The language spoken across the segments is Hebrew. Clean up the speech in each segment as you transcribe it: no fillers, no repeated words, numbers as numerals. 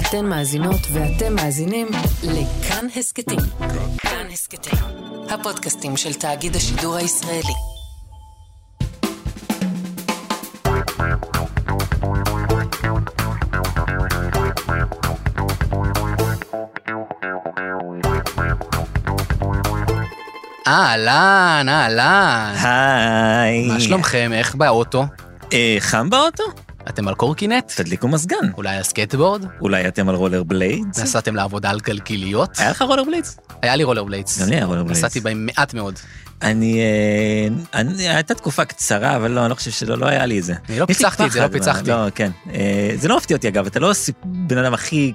אתן מאזינות ואתם מאזינים לכאן הסקטים. כאן הסקטים, הפודקאסטים של תאגיד השידור הישראלי. אהלן, אהלן. היי. מה שלומכם? איך באוטו? חם באוטו? אתם על קורקינט? תדליקו מזגן. אולי על סקייטבורד? אולי אתם על רולר בליידס? נסעתם לעבודה על גלגיליות? היה לך רולר בליידס? היה לי רולר בליידס. גם לי היה רולר בליידס. נסעתי בהם מעט מאוד. הייתה תקופה קצרה, אבל לא, אני חושב שלא היה לי את זה. אני לא פיצחתי את זה, לא פיצחתי. לא, כן. זה לא מפתיע אותי אגב, אתה לא בן אדם הכי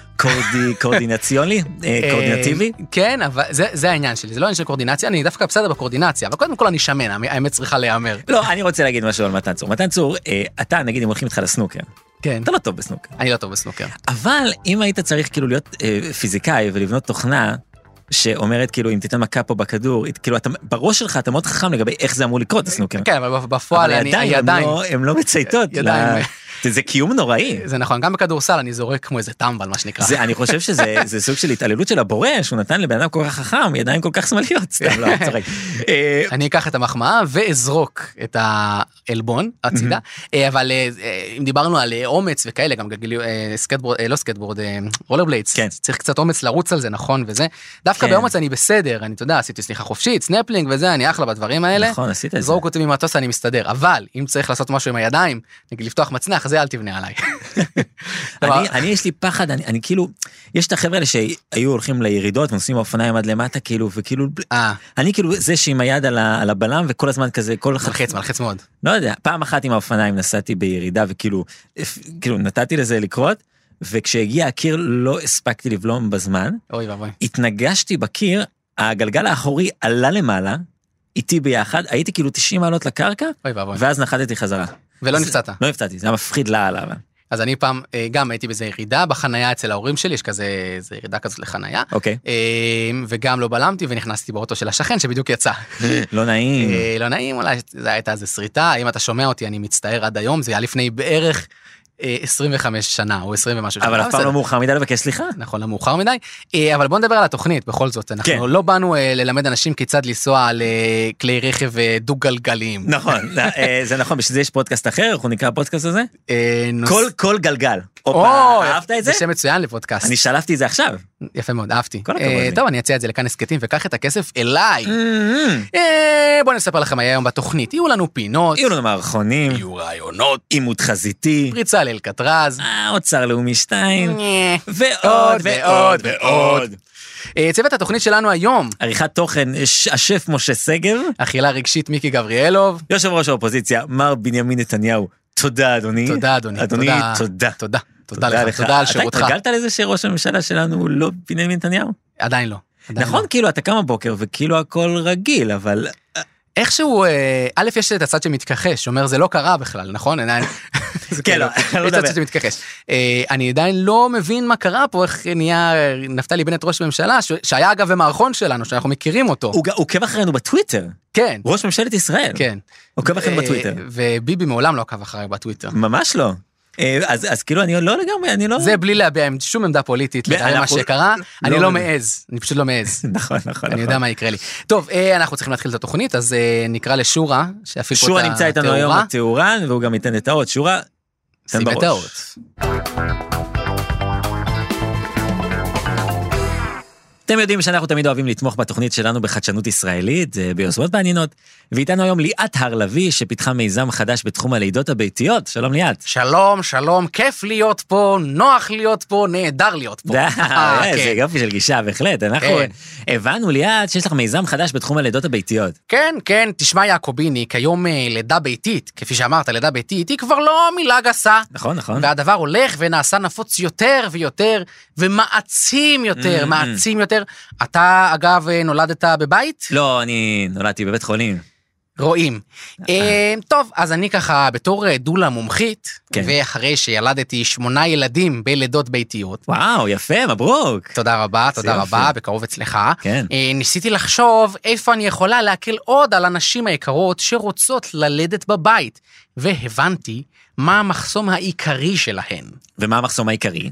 קואורדינטיבי? כן, אבל זה העניין שלי, זה לא עניין של קואורדינציה, אני דווקא בסדר בקואורדינציה, אבל קודם כל אני שמן, האמת צריכה להיאמר. לא, אני רוצה להגיד משהו על מתן צור. מתן צור, אתה נגיד אם הולכים איתך לסנוקר, כן. אתה לא טוב בסנוקר. אני לא טוב בסנוקר. אבל אם היית צריך כאילו להיות פיזיקאי ולבנות תוכנה, שאומרת כאילו אם תיתן מכה פה בכדור, כאילו בראש שלך אתה מאוד חכם לגבי איך זה אמור לקרות הסנוקר. כן, אבל בפועל הידיים. הם לא מצייתות. זה קיום נוראי. זה נכון, גם בכדורסל אני זורק כמו איזה טמבל, מה שנקרא. אני חושב שזה סוג של התעללות של הבורא, שהוא נתן לבן אדם כל כך חכם, ידיים כל כך שמאליות, סתם לא, צוחק. אני אקח את המחמאה ואזרוק את העלבון הצידה, אבל אם דיברנו על אומץ וכאלה, גם סקייטבורד, רולר בליידס, צריך קצת אומץ לרוץ על זה, נכון, וזה. דווקא באומץ אני בסדר, אני תודה, עשיתי סליחה חופשית, סנפלינג וזה, אני אחלה בדברים האלה. נכון, עשית את זה. זרוק אותי ממטוס, אני מסתדר, אבל אם צריך לעשות משהו עם הידיים, נגיד לפתוח מצנח, זה אל תבנה עליי. אני יש לי פחד, אני כאילו, יש את החבר'ה האלה שהיו הולכים לירידות, ונוסעים באופניים עד למטה, כאילו, וכאילו, אני כאילו זה שעם היד על הבלם, וכל הזמן כזה, מלחץ מאוד. לא יודע, פעם אחת עם האופניים נסעתי בירידה, וכאילו, נתתי לזה לקרות, וכשהגיע הקיר לא הספקתי לבלום בזמן, התנגשתי בקיר, הגלגל האחורי עלה למעלה, איתי ביחד, הייתי כאילו 90 מעלות לקרקע, ואז נחתתי חזרה. ולא נפצעת? לא נפצעתי, זה היה מפחיד לעלה. אז אני פעם גם הייתי בזה ירידה, בחנייה אצל ההורים שלי, יש כזה ירידה כזאת לחנייה, וגם לא בלמתי ונכנסתי באוטו של השכן שבדיוק יצא. לא נעים. לא נעים, אולי זה הייתה איזה שריטה, אם אתה שומע אותי אני מצטער עד היום, זה היה לפני בערך 25 שנה או 20 ומשהו. אבל אף פעם לא מאוחר מדי לבקש סליחה. נכון, לא מאוחר מדי, אבל בוא נדבר על התוכנית בכל זאת, אנחנו לא באנו ללמד אנשים כיצד לנסוע על כלי רכב דו גלגליים. נכון, זה נכון, בשביל זה יש פודקאסט אחר, אנחנו נקרא הפודקאסט הזה? כל גלגל. אהבת את זה? זה שם מצוין לפודקאסט. אני שלפתי את זה עכשיו. יפה מאוד, אהבתי. כל הכבוד לי. טוב, אני אציע את זה לכאן הסקטים וקח את הכסף אליי. בוא נספר לכם היום בתוכנית, יהיו לנו פינות, יהיו לנו מערכונים, יהיו רעיונות, עימות חזיתי, פריצה לאלקטרז, אוצר לאומי 2, ועוד ועוד ועוד. צוות התוכנית שלנו היום, עריכת תוכן השף משה סגב, אכילה רגשית מיקי גבריאלוב, יושב ראש האופוזיציה מר בנימין נתניהו. תודה אדוני. תודה אדוני. אדוני, תודה. תודה לך, תודה על שירותך. אתה התרגלת לזה שראש הממשלה שלנו הוא לא בנימין נתניהו? עדיין לא. נכון, כאילו אתה קם בבוקר וכאילו הכל רגיל, אבל איכשהו, א' יש את הצד שמתכחש, שאומר זה לא קרה בכלל, נכון? כן, לא יש את הצד שמתכחש. אני עדיין לא מבין מה קרה פה, איך נהיה נפתלי בנט ראש ממשלה, שהיה אגב במערכון שלנו, שאנחנו מכירים אותו. הוא עוקב אחרינו בטוויטר. כן. ראש ממשלת ישראל. כן. עוקב אחרינו בטוויטר. וביבי מעולם לא עקב אחריי בטוויטר. ממש לא. אז כאילו אני לא לגמרי, אני לא... זה בלי להביע שום עמדה פוליטית לגבי מה שקרה, אני לא מעז, אני פשוט לא מעז. נכון. אני יודע מה יקרה לי. טוב, אנחנו צריכים להתחיל את התוכנית, אז נקרא לשורה, שיפיל פה את התאורה. שורה נמצא איתנו היום בתאורן, והוא גם ייתן את האות. שורה, שים את האות. אתם יודעים שאנחנו תמיד אוהבים לתמוך בתוכנית שלנו בחדשנות ישראלית, ביוזמות מעניינות, ואיתנו היום ליאת הר-לוי, שפיתחה מיזם חדש בתחום הלידות הביתיות. שלום ליאת. שלום, כיף להיות פה, נוח להיות פה, נהדר להיות פה. זה יופי של גישה, בהחלט. אנחנו הבנו ליאת שיש לך מיזם חדש בתחום הלידות הביתיות. כן, תשמע יעקוביני, כיום לידה ביתית, כפי שאמרת, לידה ביתית, היא כבר לא מילה גסה. נכון. והדבר הולך ונעשה נפוץ יותר ויותר, ומעצים יותר. אתה אגב נולדת בבית? לא, אני נולדתי בבית חולים. רואים. טוב, אז אני ככה בתור דולה מומחית, ואחרי שילדתי 8 ילדים בלידות ביתיות. וואו, יפה, מברוק. תודה רבה, בקרוב אצלך. ניסיתי לחשוב איפה אני יכולה להקל עוד על הנשים היקרות שרוצות ללדת בבית, והבנתי מה המחסום העיקרי שלהן. ומה המחסום העיקרי?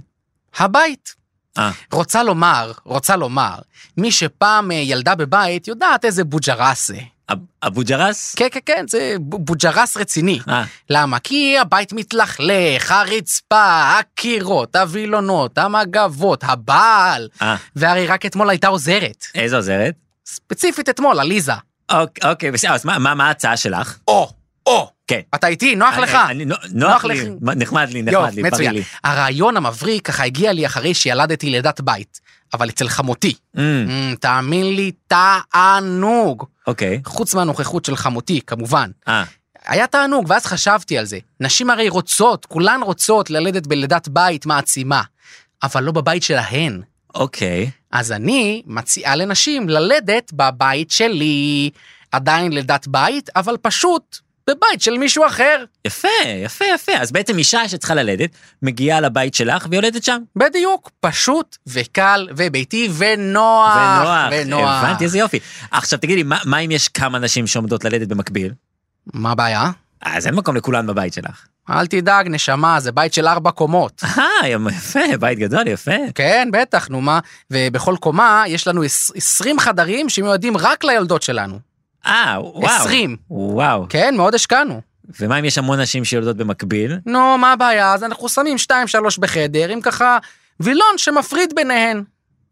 הבית. רוצה לומר, מי שפעם ילדה בבית יודעת איזה בוג'רס זה. הבוג'רס? כן, זה בוג'רס רציני. למה? כי הבית מתלכלך, הרצפה, הקירות, הווילונות, המגבות, הבעל. והרי רק אתמול הייתה עוזרת. איזו עוזרת? ספציפית אתמול, עליזה. אוקיי, בסדר, אז מה ההצעה שלך? כן. אתה איתי, נוח לך? נוח לי, נחמד לי, בריא לי. הרעיון המבריק ככה הגיע לי אחרי שילדתי לידת בית, אבל אצל חמותי. תאמין לי, תענוג. אוקיי. חוץ מהנוכחות של חמותי, כמובן. היה תענוג, ואז חשבתי על זה. נשים הרי כולן רוצות ללדת בלידת בית מעצימה, אבל לא בבית שלהן. אוקיי. אז אני מציעה לנשים ללדת בבית שלי, עדיין לידת בית, אבל פשוט בבית של מישהו אחר. יפה. אז בעצם אישה שצריכה ללדת, מגיעה לבית שלך ויולדת שם. בדיוק, פשוט וקל וביתי ונוח. הבנתי, איזה יופי. עכשיו תגידי, מה אם יש כמה נשים שעומדות ללדת במקביל? מה הבעיה? אז אין מקום לכולן בבית שלך. אל תדאג, נשמה, זה בית של 4 קומות. יפה, בית גדול, יפה. כן, בטח, נו מה. ובכל קומה יש לנו 20 חדרים שמיועדים רק ליולדות שלנו. וואו. 20. וואו. כן, מאוד השקענו. ומה אם יש המון נשים שיולדות במקביל? נו, מה הבעיה? אז אנחנו שמים 2-3 בחדר, עם ככה וילון שמפריד ביניהן.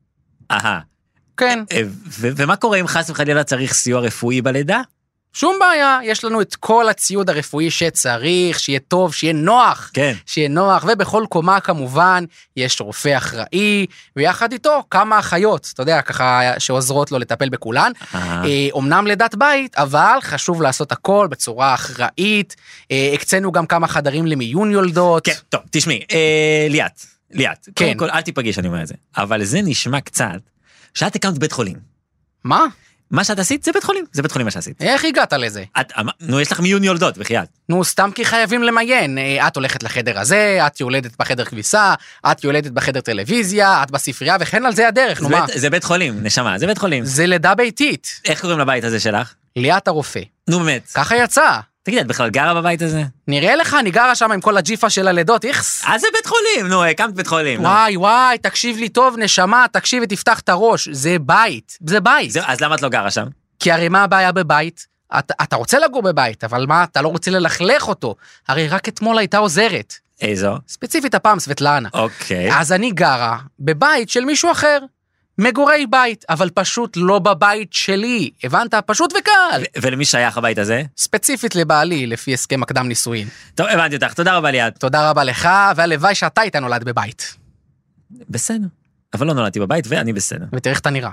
כן. ומה קורה אם חס וחלילה צריך סיוע רפואי בלידה? שום בעיה, יש לנו את כל הציוד הרפואי שצריך, שיהיה טוב, שיהיה נוח. כן. שיהיה נוח, ובכל קומה כמובן יש רופא אחראי, ויחד איתו כמה אחיות, אתה יודע, ככה שעוזרות לו לטפל בכולן. אומנם לידת בית, אבל חשוב לעשות הכל בצורה אחראית. הקצינו גם כמה חדרים למיון יולדות. כן, טוב, תשמעי, ליאת. כן. קודם כל, אל תיפגש, אני אומר את זה. אבל זה נשמע קצת, שאת הקמת בית חולים. מה? מה שאת עשית זה בית חולים, זה בית חולים מה שעשית. איך הגעת לזה? נו, יש לך מיון יולדות, בחייאת. נו, סתם כי חייבים למיין. את הולכת לחדר הזה, את יולדת בחדר כביסה, את יולדת בחדר טלוויזיה, את בספרייה, וכן על זה הדרך, נו מה? זה בית חולים, נשמה, זה בית חולים. זה לידה ביתית. איך קוראים לבית הזה שלך? ליאת הרופא. נו באמת. ככה יצא. תגיד, את בכלל גרה בבית הזה? נראה לך, אני גרה שם עם כל הג'יפה של הלידות, איכס. אז זה בית חולים, נו, הקמת בית חולים. וואי, תקשיב לי טוב, נשמה, תקשיב ותפתח את הראש, זה בית. אז למה את לא גרה שם? כי הרי מה הבעיה בבית? אתה רוצה לגור בבית, אבל מה, אתה לא רוצה ללכלך אותו. הרי רק אתמול הייתה עוזרת. איזו? ספציפית הפעם, סבטלנה. אוקיי. אז אני גרה בבית של מישהו אחר. מגורי בית, אבל פשוט לא בבית שלי. הבנת? פשוט וקל. ולמי שייך הבית הזה? ספציפית לבעלי, לפי הסכם הקדם נישואין. טוב, הבנתי אותך. תודה רבה ליאת. תודה רבה לך, והלוואי שאתה היית נולד בבית. בסדר. אבל לא נולדתי בבית, ואני בסדר. ותראה איך אתה נראה.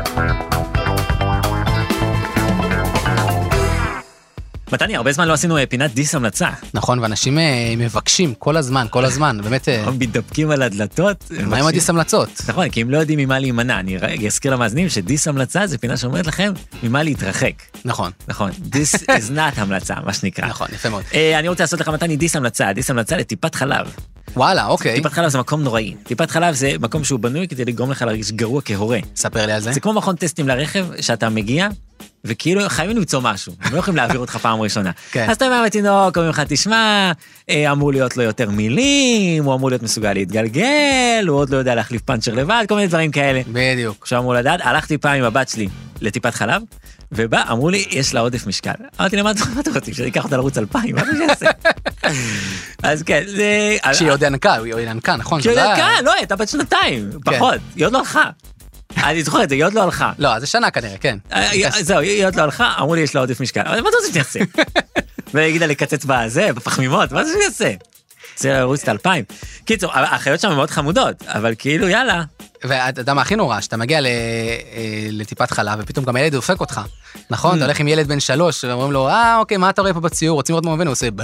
מתני, הרבה זמן לא עשינו פינת דיס המלצה. נכון, ואנשים מבקשים כל הזמן, באמת... הם מתדפקים על הדלתות. מה עם הדיס המלצות? נכון, כי הם לא יודעים ממה להימנע. אני אזכיר למאזינים שדיס המלצה זה פינה שאומרת לכם ממה להתרחק. נכון. This is not המלצה, מה שנקרא. נכון, יפה מאוד. אני רוצה לעשות לך מתני דיס המלצה לטיפת חלב. וואלה, אוקיי. טיפת חלב זה מקום נוראי. טיפת חלב זה מקום שהוא בנוי כדי לגרום לך להרגיש גרוע כהורה. ספר לי על זה. זה כמו מכון טסטים לרכב, שאתה מגיע, וכאילו חייבים למצוא משהו. הם לא יכולים להעביר אותך פעם ראשונה. אז אתה אומר לתינוק, אומרים לך, תשמע, אמור להיות לו יותר מילים, הוא אמור להיות מסוגל להתגלגל, הוא עוד לא יודע להחליף פאנצ'ר לבד, כל מיני דברים כאלה. בדיוק. שאמור לדעת, הלכתי פעם עם הבת שלי לטיפת חלב, ובא, אמרו לי, יש לה עודף משקל. אמרתי להם, מה אתה רוצים? שאני אקח אותה לרוץ 2000, מה זה שיעשה? אז כן, זה... שהיא עוד ינקה, נכון? שהיא עוד ינקה, לא, הייתה בת 2, פחות, היא עוד לא הלכה. אני זוכר את זה, היא עוד לא הלכה. לא, זה שנה כנראה, כן. זהו, היא עוד לא הלכה, אמרו לי, יש לה עודף משקל. אבל מה אתה רוצה שיעשה? והיא לה לקצץ בזה, בפחמימות, מה זה שיעשה? זה לרוץ את 2000. קיצור, האחיות שם מאוד חמודות, אבל כאילו, יאללה. ואתה יודע מה הכי נורא, שאתה מגיע לטיפת חלב, ופתאום גם ילד דופק אותך, נכון? אתה הולך עם ילד בן 3, ואומרים לו, אוקיי, מה אתה רואה פה בציור? רוצים לראות מה מבין? הוא עושה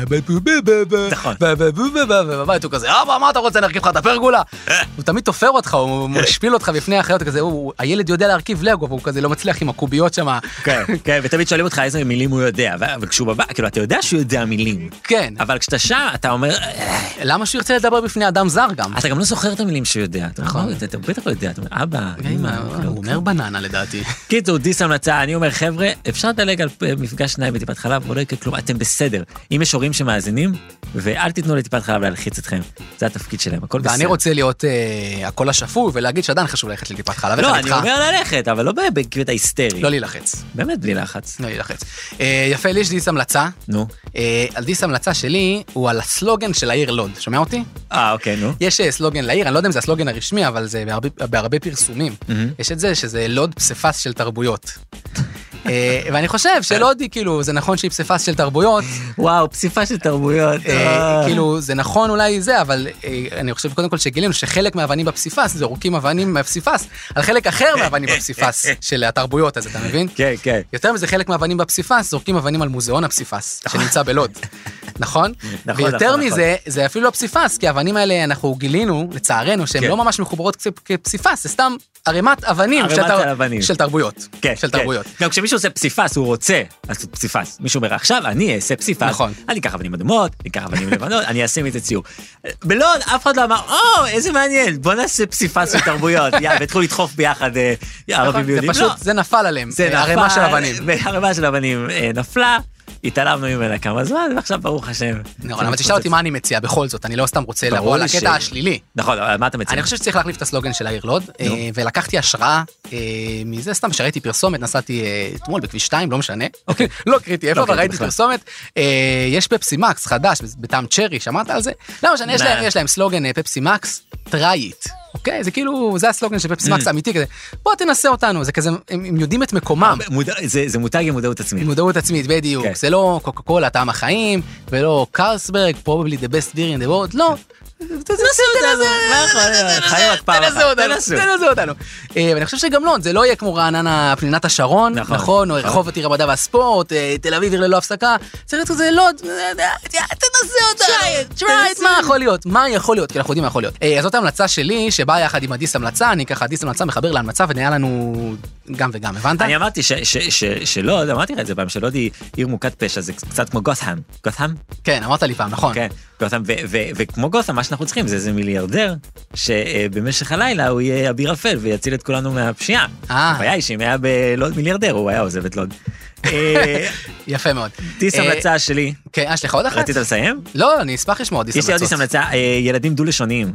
בבית, הוא כזה, מה אתה רוצה, נרכיב לך את הפרגולה? הוא תמיד תופר אותך, הוא משפיל אותך בפני האחיות, כזה, הילד יודע להרכיב לגו, והוא כזה לא מצליח עם הקוביות שם. כן, ותמיד שואלים אותך איזה מילים הוא יודע, וכשהוא בבא, כאילו, אתה יודע שהוא יודע מילים. כן. אבל כשאתה שם, אתה אומר, למה שהוא ירצה לדבר בפני אדם זר גם? אתה גם לא זוכר את המילים שהוא יודע. אתה בטח לא יודע, אתה אומר, אבא, הוא אומר בננה לדעתי. קיצור, דיס המלצה, אני אומר, חבר'ה, אפשר לדלג על מפגש שניים בטיפת חלב, ולא יקרה כלום, אתם בסדר. אם יש הורים שמאזינים, ואל תיתנו לטיפת חלב להלחיץ אתכם. זה התפקיד שלהם, הכל בסדר. ואני רוצה להיות הקול השפוי, ולהגיד שעדיין חשוב ללכת לטיפת חלב. לא, אני אומר ללכת, אבל לא בקטע היסטרי. לא להילחץ. באמת בלי לחץ. לא להילחץ. יפה, לי יש דיס המלצה. נו. על דיס המלצה שלי, הוא על הסלוגן של העיר לוד. שומע אותי? אוקיי, נו. יש סלוגן לעיר, אני לא יודע אם זה הסלוגן הרשמי, אבל זה בהרבה פרסומים. יש את זה, שזה לוד פספס של תרבויות. ואני חושב שלוד היא כאילו, זה נכון שהיא פסיפס של תרבויות. וואו, פסיפה של תרבויות. כאילו, זה נכון אולי זה, אבל אני חושב קודם כל שגילינו שחלק מהאבנים בפסיפס, זורקים אבנים מהפסיפס, על חלק אחר מהאבנים בפסיפס של התרבויות, אז אתה מבין? כן, כן. יותר מזה, חלק מהאבנים בפסיפס, זורקים אבנים על מוזיאון הפסיפס, שנמצא בלוד. נכון? ויותר מזה, זה אפילו לא פסיפס, כי האבנים האלה אנחנו גילינו, לצערנו, שהן לא ממש מחוברות כפסיפס, זה סתם ערימת אבנים של תרבויות. של תרבויות. גם כשמישהו עושה פסיפס, הוא רוצה לעשות פסיפס. מישהו אומר, עכשיו אני אעשה פסיפס, אני אקח אבנים אדומות, אני אקח אבנים לבנות, אני אעשה מזה ציור. בלוד, אף אחד לא אמר, איזה מעניין, בוא נעשה פסיפס של תרבויות, והתחילו לדחוף ביחד ערבים ויהודים. זה נפל עליהם, ערימה של אבנים. ערימה של אבנים נפלה, התעלמנו ממנה כמה זמן, ועכשיו ברוך השם. נכון, אבל תשאל אותי מה אני מציע בכל זאת, אני לא סתם רוצה לבוא על הקטע השלילי. נכון, מה אתה מציע? אני חושב שצריך להחליף את הסלוגן של העיר לוד, ולקחתי השראה מזה, סתם שראיתי פרסומת, נסעתי אתמול בכביש 2, לא משנה, לא קריטי איפה, אבל ראיתי פרסומת, יש פפסי מקס חדש, בטעם צ'רי, שמעת על זה? לא משנה, יש להם סלוגן פפסי מקס, טרייט. אוקיי, זה כאילו, זה הסלוגן של פפסי מקס אמיתי כזה, בוא תנסה אותנו, זה כזה, הם יודעים את מקומם. זה מותג עם מודעות עצמית. מודעות עצמית, בדיוק. זה לא קוקה קולה, טעם החיים, ולא קרלסברג, probably the best beer in the world, לא. תנסו אותנו. ואני חושב שגם לא, זה לא יהיה כמו רעננה פנינת השרון, נכון, או רחובות עיר המדע והספורט, תל אביב עיר ללא הפסקה, צריך לזה לוד, תנסה אותנו, try it, מה יכול להיות, כי אנחנו יודעים מה יכול להיות. אז זאת ההמלצה שלי, שבאה יחד עם הדיס המלצה, אני ככה דיס המלצה מחבר להמלצה, ונהיה לנו גם וגם, הבנת? אני אמרתי שלוד, אמרתי לך את זה פעם, שלוד היא עיר מוכת פשע, זה קצת כמו גות'הם. גות'הם? כן, אמרת לי פעם, נכון. כן, גות'הם, וכמו גות'הם, מה שאנחנו צריכים זה איזה מיליארדר, שבמשך הלילה הוא יהיה אביר אפל ויציל את כולנו מהפשיעה. הבעיה היא שאם היה בלוד מיליארדר, הוא היה עוזב את לוד. יפה מאוד. דיס המלצה שלי. כן, יש לך עוד אחת? רצית לסיים? לא, אני אשמח לשמוע דיס המלצות. יש לי עוד דיס המלצה, ילדים דו-לשוניים.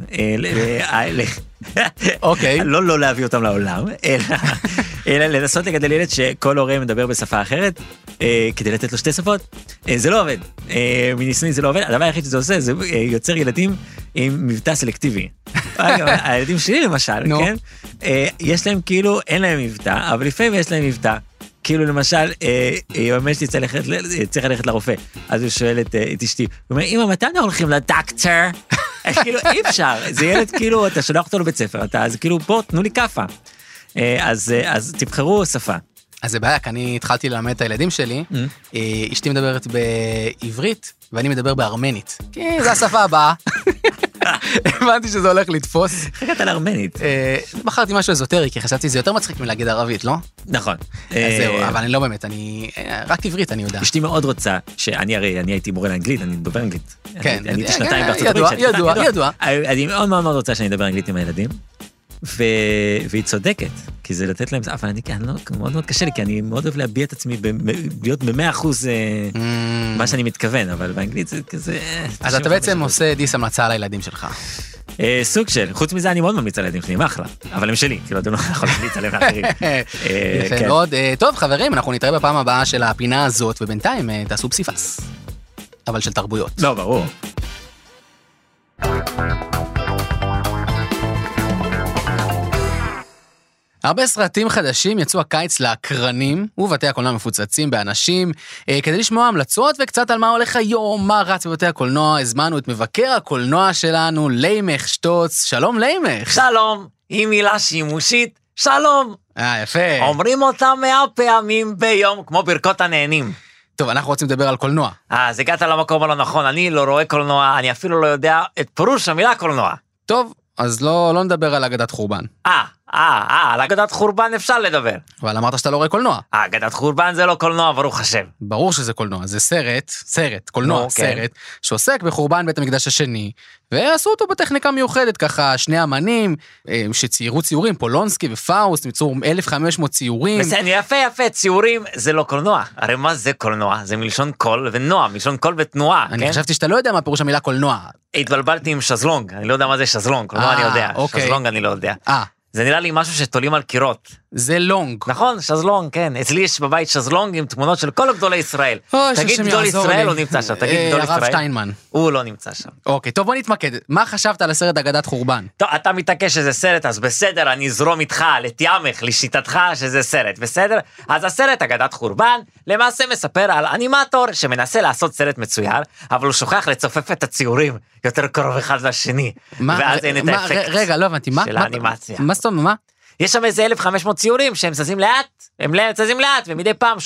אוקיי. לא להביא אותם לעולם, אלא לנסות לגדל ילד שכל הורה מדבר בשפה אחרת, כדי לתת לו שתי שפות. זה לא עובד. מניסיוני זה לא עובד. הדבר היחיד שזה עושה, זה יוצר ילדים עם מבטא סלקטיבי. הילדים שלי למשל, כן? יש להם כאילו, אין להם מבטא, אבל לפעמים יש להם מבטא. כאילו למשל, ממש צריך ללכת לרופא, אז הוא שואל את אשתי, הוא אומר, אמא, מתי אנחנו הולכים לדוקטור? כאילו, אי אפשר, זה ילד כאילו, אתה שולח אותו לבית ספר, אז כאילו, בוא, תנו לי כפה. אז תבחרו שפה. אז זה בעיה, כי אני התחלתי ללמד את הילדים שלי, אשתי מדברת בעברית, ואני מדבר בארמנית, כי זו השפה הבאה. הבנתי שזה הולך לתפוס. חגעת על ארמנית. בחרתי משהו אזוטרי, כי חשבתי שזה יותר מצחיק מלהגיד ערבית, לא? נכון. זהו, אבל אני לא באמת, רק עברית אני יודע. אשתי מאוד רוצה, שאני הייתי מורה לאנגלית, אני מדבר אנגלית. כן, אני הייתי שנתיים בארצות הברית. ידוע. אני מאוד מאוד רוצה שאני אדבר אנגלית עם הילדים, והיא צודקת, כי זה לתת להם, אבל מאוד מאוד קשה לי, כי אני מאוד אוהב להביע את עצמי, להיות ב100% מה שאני מתכוון, אבל באנגלית זה כזה... אז אתה בעצם עושה דיס המלצה על הילדים שלך. סוג של, חוץ מזה אני מאוד ממליץ על הילדים שלי, הם אחלה, אבל הם שלי, כאילו אתם לא יכולים להמליץ עליהם לאחרים. יפה מאוד. טוב חברים, אנחנו נתראה בפעם הבאה של הפינה הזאת, ובינתיים תעשו פסיפס, אבל של תרבויות. לא, ברור. הרבה סרטים חדשים יצאו הקיץ לאקרנים ובתי הקולנוע מפוצצים באנשים. כדי לשמוע המלצות וקצת על מה הולך היום, מה רץ בבתי הקולנוע, הזמנו את מבקר הקולנוע שלנו, לימך שטוץ. שלום לימך. שלום, היא מילה שימושית, שלום. יפה. אומרים אותה 100 פעמים ביום, כמו ברכות הנהנים. טוב, אנחנו רוצים לדבר על קולנוע. אז הגעת למקום הלא נכון, אני לא רואה קולנוע, אני אפילו לא יודע את פירוש המילה קולנוע. טוב, אז לא נדבר על אגדת חורבן. על אגדת חורבן אפשר לדבר. אבל אמרת שאתה לא רואה קולנוע. אגדת חורבן זה לא קולנוע, ברוך השם. ברור שזה קולנוע, זה סרט, קולנוע, סרט, שעוסק בחורבן בית המקדש השני, ועשו אותו בטכניקה מיוחדת, ככה שני אמנים שציירו ציורים, פולונסקי ופאוסט, ייצרו 1500 ציורים. יפה, ציורים זה לא קולנוע. הרי מה זה קולנוע? זה מלשון קול ונוע, מלשון קול ותנועה. אני חשבתי שאתה לא יודע מה פירוש המילה קולנוע. התבלבלתי עם שזלונג, אני לא יודע מה זה שזלונג, קולנוע אני יודע, שזלונג אני לא יודע. זה נראה לי משהו שתולים על קירות. זה לונג. נכון, שזלונג, כן. אצלי יש בבית שזלונג עם תמונות של כל גדולי ישראל. תגיד גדול ישראל, הוא נמצא שם. תגיד גדול ישראל. הרב שטיינמן. הוא לא נמצא שם. אוקיי, טוב, בוא נתמקד. מה חשבת על הסרט אגדת חורבן? טוב, אתה מתעקש שזה סרט, אז בסדר, אני אזרום איתך, לתיאמך, לשיטתך שזה סרט, בסדר? אז הסרט אגדת חורבן, למעשה מספר על אנימטור שמנסה לעשות סרט מצויר, אבל הוא שוכח לצופף את הציורים יותר קרוב אחד לשני. ואז אין את האפקט של האנימציה. מה זאת אומרת, מה? יש שם איזה 1500 ציורים שהם זזים לאט, ומדי פעם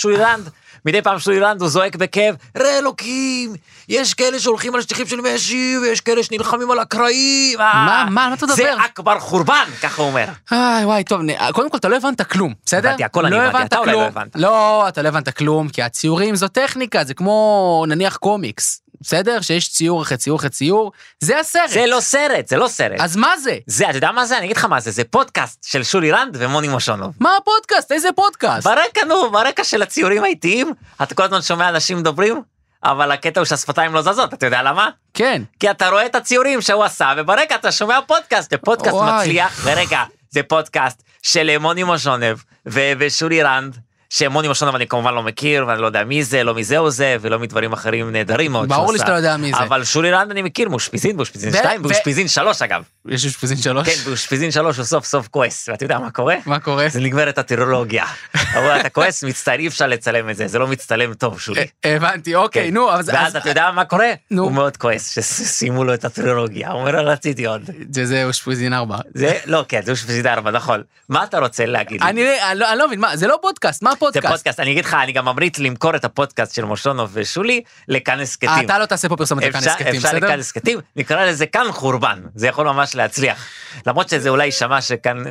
שולי רנד הוא זועק בכאב, ראה אלוקים, יש כאלה שהולכים על שטיחים של משי, ויש כאלה שנלחמים על הקראים, מה אתה מדבר? זה אכבר חורבן, ככה הוא אומר. וואי, טוב, קודם כל אתה לא הבנת כלום, בסדר? הבנתי, הכל אני הבנתי, אתה אולי לא הבנת. לא, אתה לא הבנת כלום, כי הציורים זו טכניקה, זה כמו נניח קומיקס. בסדר? שיש ציור אחרי ציור אחרי ציור, זה הסרט. זה לא סרט. אז מה זה? זה, אתה יודע מה זה? אני אגיד לך מה זה, זה פודקאסט של שולי רנד ומוני מושונוב. מה הפודקאסט? איזה פודקאסט? ברקע של הציורים האיטיים, אתה כל הזמן שומע אנשים מדברים, אבל הקטע הוא שהשפתיים לא זזות, אתה יודע למה? כן. כי אתה רואה את הציורים שהוא עשה, וברקע אתה שומע פודקאסט, זה פודקאסט מצליח, ורגע, זה פודקאסט של מוני מושונוב ושולי רנד, שמוני מושונוב אני כמובן לא מכיר, ואני לא יודע מי זה, לא מי זהו זה, ולא מדברים אחרים נהדרים מאוד. ברור לי שאתה לא יודע מי זה. אבל שולי רנד אני מכיר, מאושפיזין 2, מאושפיזין 3 אגב. יש מאושפיזין 3? כן, מאושפיזין 3 הוא סוף סוף כועס, ואתה יודע מה קורה? מה קורה? זה נגמרת הטרולוגיה. אבל אתה כועס, מצטער, אי אפשר לצלם את זה, זה לא מצטלם טוב, שולי. הבנתי, אוקיי, נו. ואז אתה יודע מה קורה? הוא מאוד כועס, ששימו לו את הטרולוגיה, הוא אומר, רציתי עוד. זה מאושפיזין 4. לא, כן, זה מאושפיזין 4, נכון. מה אתה רוצה להגיד? אני לא מבין, זה לא פודקאסט, מה הפודקאסט? זה פודקאסט, אני אגיד לך, אני גם ממריץ למכור את הפודקאסט של מושונוב ושולי לכאן הסקטים. אתה לא תעשה פה פרסומת לכאן הסקטים, בסדר? אפשר לכאן הסקטים, נקרא לזה כאן חורבן, זה יכול ממש להצליח. למרות שזה אולי שמע שכאן,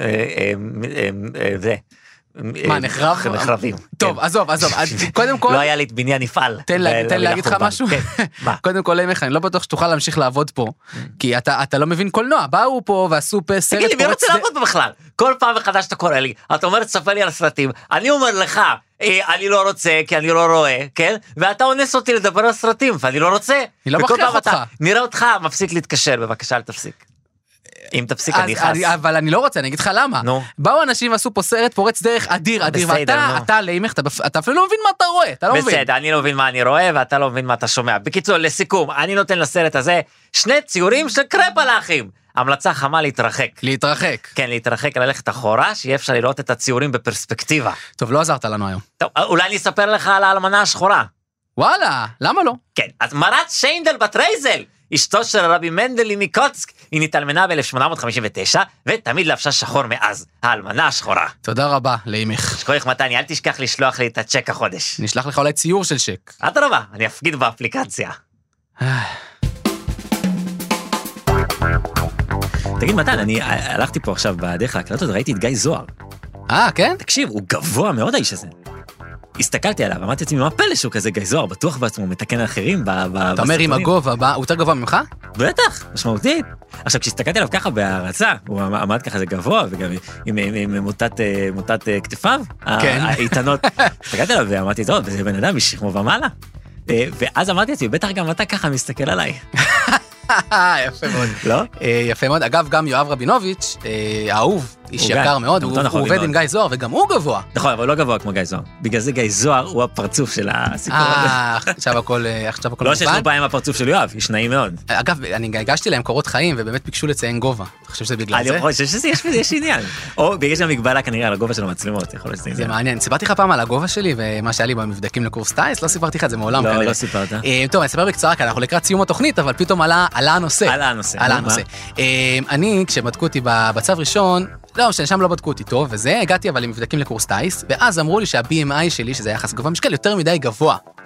מה, נחרבים? טוב, עזוב, קודם כל... לא היה לי את בניין נפעל. תן להגיד לך משהו? קודם כל, אני לא בטוח שתוכל להמשיך לעבוד פה, כי אתה לא מבין קולנוע, באו פה ועשו פה סרט... תגיד לי, מי רוצה לעבוד פה בכלל? כל פעם מחדש אתה קורא לי, אתה אומר, תספר לי על הסרטים, אני אומר לך, אני לא רוצה, כי אני לא רואה, כן? ואתה אונס אותי לדבר על סרטים, ואני לא רוצה. אני לא מכריח אותך. נראה אותך, מפסיק להתקשר, בבקשה, אל תפסיק. אם תפסיק אני חס. אבל אני לא רוצה, אני אגיד לך למה. באו אנשים ועשו פה סרט פורץ דרך אדיר, ואתה לאימך, אתה אפילו לא מבין מה אתה רואה, אתה לא מבין. בסדר, אני לא מבין מה אני רואה, ואתה לא מבין מה אתה שומע. בקיצור, לסיכום, אני נותן לסרט הזה 2 ציורים של קרפ על האחים. המלצה חמה להתרחק. כן, להתרחק, ללכת אחורה, שיהיה אפשר לראות את הציורים בפרספקטיבה. טוב, לא עזרת לנו היום. טוב, אולי אני אספר לך על האלמנה השחורה. וואלה, למה לא? כן, אז מרת שיינדל בת רייזל, אשתו של רבי מנדלי מקוצק, היא נתאלמנה ב-1859, ותמיד לבשה שחור מאז, האלמנה השחורה. תודה רבה, לאימך. שכוח מתני, אל תשכח לשלוח לי את הצ'ק החודש. נשלח לך אולי ציור של צ'ק. אדרבה, אני אפקיד באפליקציה. תגיד מתן, אני הלכתי פה עכשיו בדרך להקלטות, ראיתי את גיא זוהר. כן? תקשיב, הוא גבוה מאוד האיש הזה. הסתכלתי עליו, אמרתי לעצמי, מה פלא שהוא כזה גיא זוהר, בטוח בעצמו, מתקן לאחרים. אתה אומר עם הגובה, הוא יותר גבוה ממך? בטח, משמעותית. עכשיו, כשהסתכלתי עליו ככה בהרצה, הוא עמד ככה זה גבוה, וגם עם מוטת כתפיו, האיתנות. הסתכלתי עליו ואמרתי, טוב, זה בן אדם משכמו ומעלה. ואז אמרתי לעצמי, בטח גם אתה ככה מסתכל עליי. יפה מאוד. לא? יפה מאוד. אגב, גם יואב רבינוביץ', האהוב, איש יקר מאוד, הוא עובד עם גיא זוהר, וגם הוא גבוה. נכון, אבל הוא לא גבוה כמו גיא זוהר. בגלל זה גיא זוהר הוא הפרצוף של הסיפור הזה. עכשיו הכל לא שיש לו בעיה עם הפרצוף של יואב, יש נעים מאוד. אגב, אני הגשתי להם קורות חיים, ובאמת ביקשו לציין גובה. אתה חושב שזה בגלל זה? אני חושב שיש עניין. או בגלל שהמגבלה כנראה על הגובה של המצלמות, יכול להיות שזה זה מעניין. סיפרתי לך פעם על הגובה שלי, ומה שהיה לי במבדקים לקורס טייס, לא סיפרתי לך את זה מעולם. לא סיפרת. טוב, אני אספר בקצרה, כי אנחנו לקראת סיום התוכנית, אבל פתאום עלה הנושא. אני, כשבדקו אותי בצו ראשון, לא, שם לא בדקו אותי טוב, וזה, הגעתי אבל עם מבדקים לקורס טייס, ואז אמרו לי שה-BMI שלי, שזה יחס גובה משקל, יותר מדי גבוה.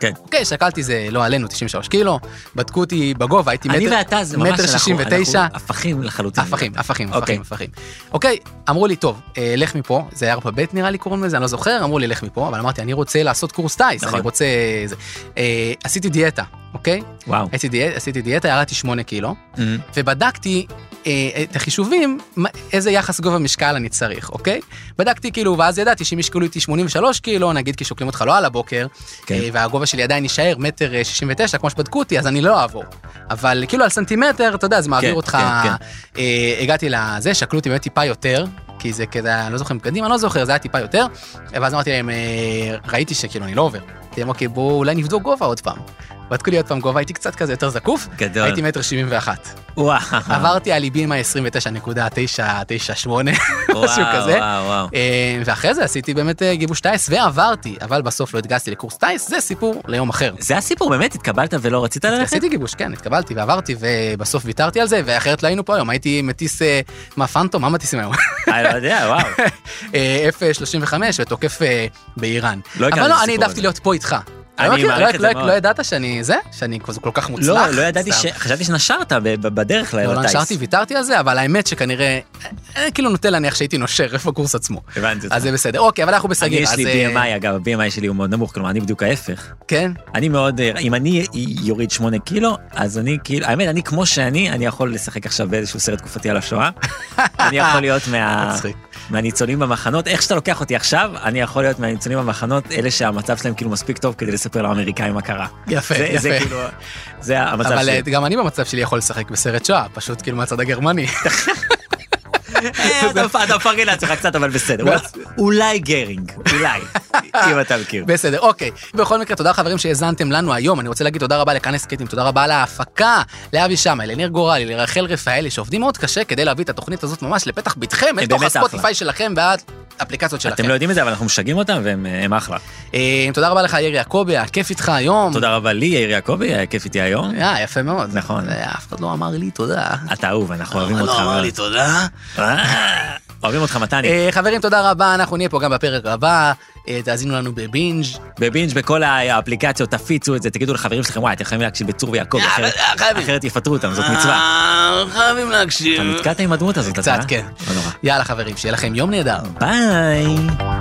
כן. אוקיי, שקלתי זה לא עלינו 93 קילו, בדקו אותי בגובה, הייתי אני ואתה זה ממש אנחנו הפכים לחלוטין. הפכים. אוקיי, אמרו לי, טוב, לך מפה, זה היה ב' נראה לי קוראים לזה, אני לא זוכר, אמרו לי, לך מפה, אבל אמרתי, אני רוצה לעשות קורס טייס, אני רוצה... עשיתי דיאטה, אוקיי? וואו. עשיתי דיאטה, ירדתי 8 קילו, ובדקתי את החישובים, איזה יחס גובה משקל אני צריך, אוקיי? בדקתי כאילו, ואז ידעתי שאם ישקלו איתי 83 קילו, נגיד כי שוקלים אותך לא על הבוקר, והגובה שלי עדיין נשאר 1.69 כמו שבדקו אותי, אז אני לא אעבור. אבל כאילו על סנטימטר, אתה יודע, זה מעביר אותך, הגעתי לזה, שקלו אותי באמת טיפה יותר, כי זה כזה, אני לא זוכר מקדימה, אני לא זוכר, זה היה טיפה יותר, ואז אמרתי להם, ראיתי שכאילו אני לא עובר. אמרתי, אוקיי, בואו אולי נבדוק גובה עוד פעם. בדקו לי עוד פעם גובה, הייתי קצת כזה יותר זקוף, גדול. הייתי 1.71 מטר. עברתי על איבימה 29.998, משהו כזה. ואחרי זה עשיתי באמת גיבוש טייס ועברתי, אבל בסוף לא התגייסתי לקורס טייס, זה סיפור ליום אחר. זה הסיפור, באמת התקבלת ולא רצית ללכת? עשיתי גיבוש, כן, התקבלתי ועברתי, ובסוף ויתרתי על זה, ואחרת לא היינו פה היום, הייתי מטיס מהפנטום, מה מטיסים היום? אני לא יודע, וואו. F-35 ותוקף באיראן. לא אבל לא, אני העדפתי להיות פה איתך. לא ידעת שאני זה? שאני כל כך מוצלח? לא ידעתי, חשבתי שנשרת בדרך לטייס. לא נשרתי, ויתרתי על זה, אבל האמת שכנראה, כאילו נוטה להניח שהייתי נושר איפה הקורס עצמו. הבנתי אותך. אז זה בסדר. אוקיי, אבל אנחנו בסגיר. יש לי BMI, אגב, ה-BMI שלי הוא מאוד נמוך, כלומר, אני בדיוק ההפך. כן? אני מאוד, אם אני יוריד 8 קילו, אז אני כאילו, האמת, אני כמו אני יכול לשחק עכשיו באיזשהו סרט תקופתי על השואה. אני יכול להיות מהניצולים במחנות, איך שאתה לוקח אותי עכשיו, אני יכול להיות מהניצולים במחנות, אלה שהמצב שלהם כאילו מספיק טוב כדי לספר לאמריקאים מה קרה. יפה, יפה. זה כאילו, זה המצב שלי. אבל גם אני במצב שלי יכול לשחק בסרט שואה, פשוט כאילו מהצד הגרמני. אתה מפרגן לעצמך קצת, אבל בסדר. אולי גרינג, אולי, אם אתה מכיר. בסדר, אוקיי. בכל מקרה, תודה חברים שהזנתם לנו היום. אני רוצה להגיד תודה רבה לכאן הסקטים, תודה רבה להפקה, לאבי שמאי, לניר גורלי, לרחל רפאלי, שעובדים מאוד קשה כדי להביא את התוכנית הזאת ממש לפתח ביתכם, אל תוך הספוטיפיי שלכם ועד אפליקציות שלכם. אתם לא יודעים את זה, אבל אנחנו משגעים אותם והם אחלה. תודה רבה לך, יאיר יעקבי, הכיף איתך היום. תודה רבה לי, יאיר יעקבי, הכיף איתי היום. יפה מאוד. נכון. אף אחד לא אמר לי תודה. אתה אהוב, אנחנו אוהבים אותך. לא אמר לי תודה. אוהבים אותך מתני. חברים, תודה רבה, אנחנו נהיה פה גם בפרק הבא, תאזינו לנו בבינג'. בבינג' בכל האפליקציות, תפיצו את זה, תגידו לחברים שלכם, וואי, אתם חייבים להקשיב בצור ויעקב, אחרת יפטרו אותם, זאת מצווה. חייבים להקשיב. אתה נתקעת עם הדמות הזאת, קצת, כן. יאללה חברים, שיהיה לכם יום נהדר. ביי.